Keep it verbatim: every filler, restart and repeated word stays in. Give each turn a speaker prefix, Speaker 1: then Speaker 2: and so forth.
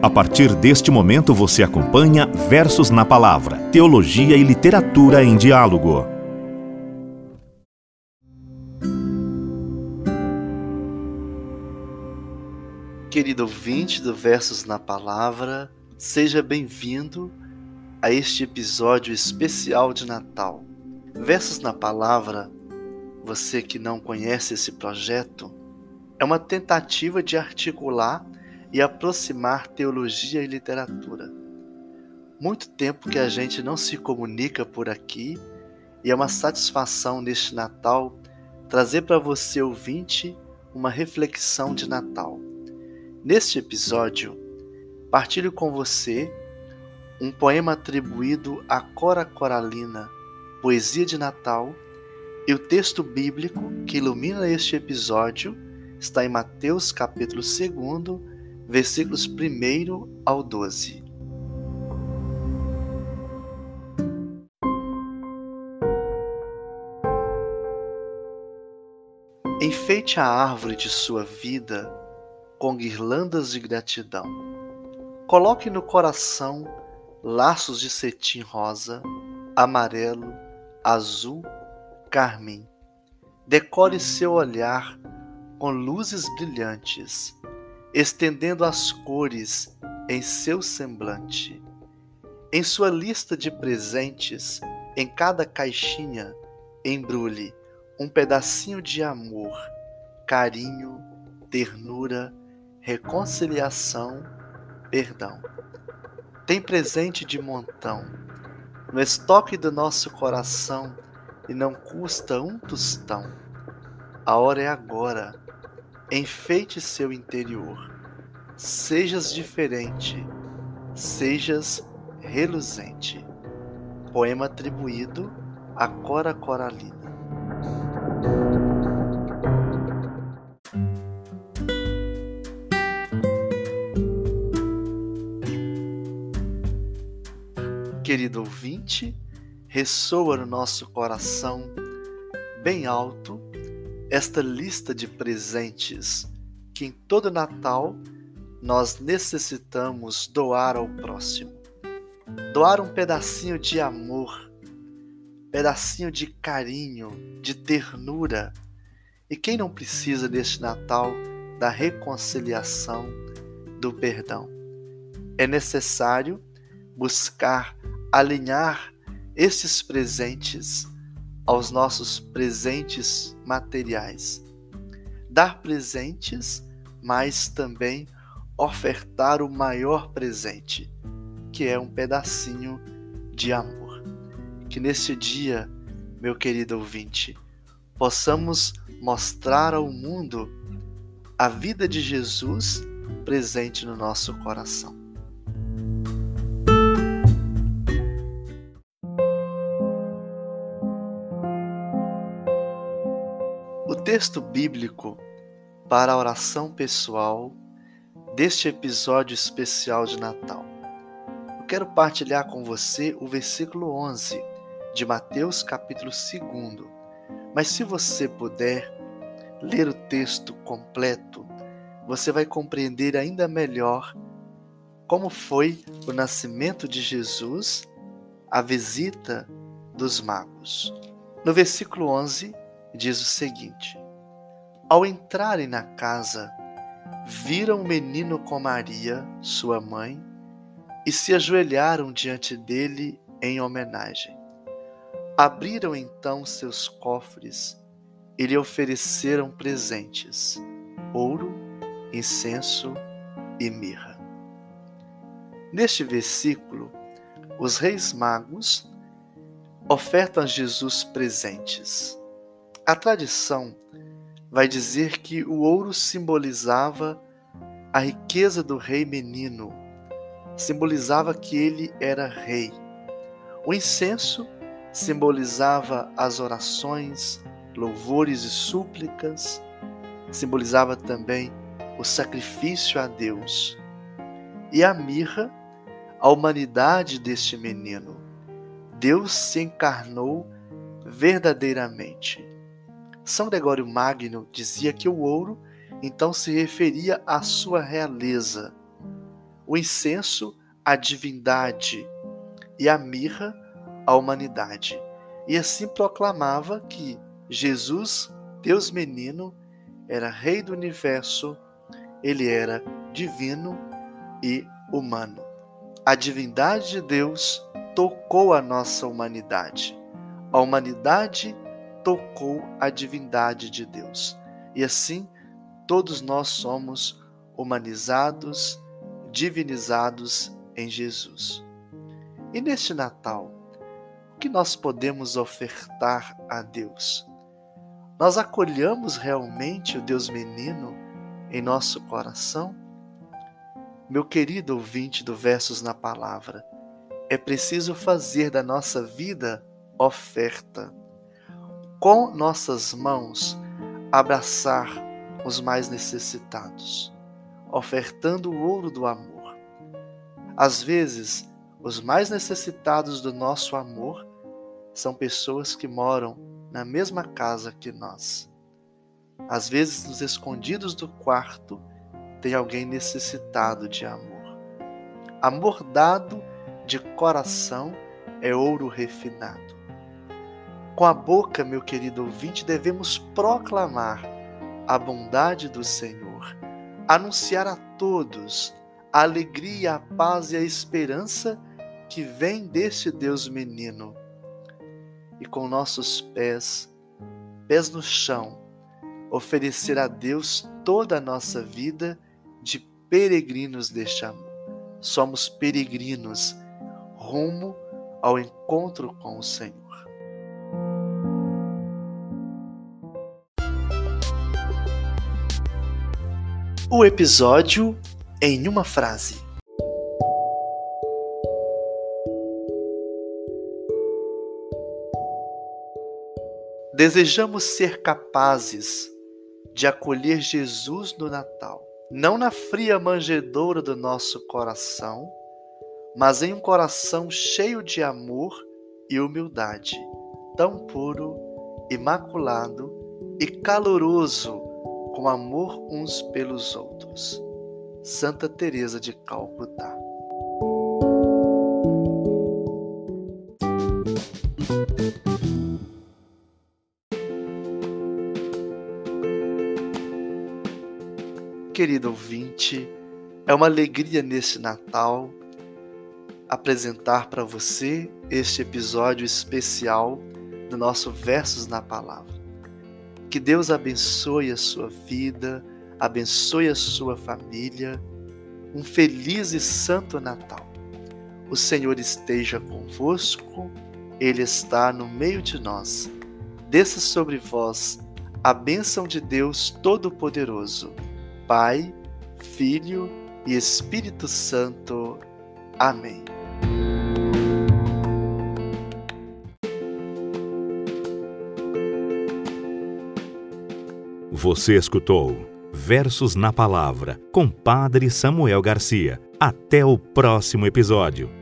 Speaker 1: A partir deste momento você acompanha Versos na Palavra, Teologia e Literatura em Diálogo.
Speaker 2: Querido ouvinte do Versos na Palavra, seja bem-vindo a este episódio especial de Natal. Versos na Palavra, você que não conhece esse projeto, é uma tentativa de articular e aproximar teologia e literatura. Muito tempo que a gente não se comunica por aqui e é uma satisfação neste Natal trazer para você, ouvinte, uma reflexão de Natal. Neste episódio, partilho com você um poema atribuído a Cora Coralina, poesia de Natal, e o texto bíblico que ilumina este episódio está em Mateus capítulo dois, versículos um ao doze. Enfeite a árvore de sua vida com guirlandas de gratidão. Coloque no coração laços de cetim rosa, amarelo, azul, carmim. Decore seu olhar com luzes brilhantes, estendendo as cores em seu semblante. Em sua lista de presentes, em cada caixinha, embrulhe um pedacinho de amor, carinho, ternura, reconciliação, perdão. Tem presente de montão no estoque do nosso coração e não custa um tostão. A hora é agora. Enfeite seu interior. Sejas diferente, sejas reluzente. Poema atribuído a Cora Coralina. Querido ouvinte, ressoa no nosso coração bem alto esta lista de presentes que em todo Natal nós necessitamos doar ao próximo. Doar um pedacinho de amor, pedacinho de carinho, de ternura. E quem não precisa neste Natal da reconciliação, do perdão? É necessário buscar alinhar esses presentes aos nossos presentes materiais. Dar presentes, mas também ofertar o maior presente, que é um pedacinho de amor. Que neste dia, meu querido ouvinte, possamos mostrar ao mundo a vida de Jesus presente no nosso coração. O texto bíblico para a oração pessoal deste episódio especial de Natal. Eu quero partilhar com você o versículo onze de Mateus capítulo dois. Mas se você puder ler o texto completo, você vai compreender ainda melhor como foi o nascimento de Jesus, a visita dos magos. No versículo onze, diz o seguinte: ao entrarem na casa, viram o menino com Maria, sua mãe, e se ajoelharam diante dele em homenagem. Abriram então seus cofres e lhe ofereceram presentes: ouro, incenso e mirra. Neste versículo, os reis magos ofertam a Jesus presentes. A tradição vai dizer que o ouro simbolizava a riqueza do rei menino, simbolizava que ele era rei. O incenso simbolizava as orações, louvores e súplicas, simbolizava também o sacrifício a Deus. E a mirra, a humanidade deste menino. Deus se encarnou verdadeiramente. São Gregório Magno dizia que o ouro então se referia à sua realeza, o incenso à divindade e a mirra à humanidade. E assim proclamava que Jesus, Deus menino, era Rei do Universo, ele era divino e humano. A divindade de Deus tocou a nossa humanidade. A humanidade tocou a divindade de Deus. E assim, todos nós somos humanizados, divinizados em Jesus. E neste Natal, o que nós podemos ofertar a Deus? Nós acolhamos realmente o Deus menino em nosso coração? Meu querido ouvinte do Versos na Palavra, é preciso fazer da nossa vida oferta. Com nossas mãos, abraçar os mais necessitados, ofertando o ouro do amor. Às vezes, os mais necessitados do nosso amor são pessoas que moram na mesma casa que nós. Às vezes, nos escondidos do quarto, tem alguém necessitado de amor. Amor dado de coração é ouro refinado. Com a boca, meu querido ouvinte, devemos proclamar a bondade do Senhor, anunciar a todos a alegria, a paz e a esperança que vem deste Deus menino. E com nossos pés, pés no chão, oferecer a Deus toda a nossa vida de peregrinos deste amor. Somos peregrinos rumo ao encontro com o Senhor. O episódio em uma frase. Desejamos ser capazes de acolher Jesus no Natal, não na fria manjedoura do nosso coração, mas em um coração cheio de amor e humildade, tão puro, imaculado e caloroso, com amor uns pelos outros. Santa Teresa de Calcutá. Querido ouvinte, é uma alegria neste Natal apresentar para você este episódio especial do nosso Versos na Palavra. Que Deus abençoe a sua vida, abençoe a sua família. Um feliz e santo Natal. O Senhor esteja convosco, Ele está no meio de nós. Desça sobre vós a bênção de Deus Todo-Poderoso, Pai, Filho e Espírito Santo. Amém.
Speaker 1: Você escutou Versos na Palavra, com Padre Samuel Garcia. Até o próximo episódio.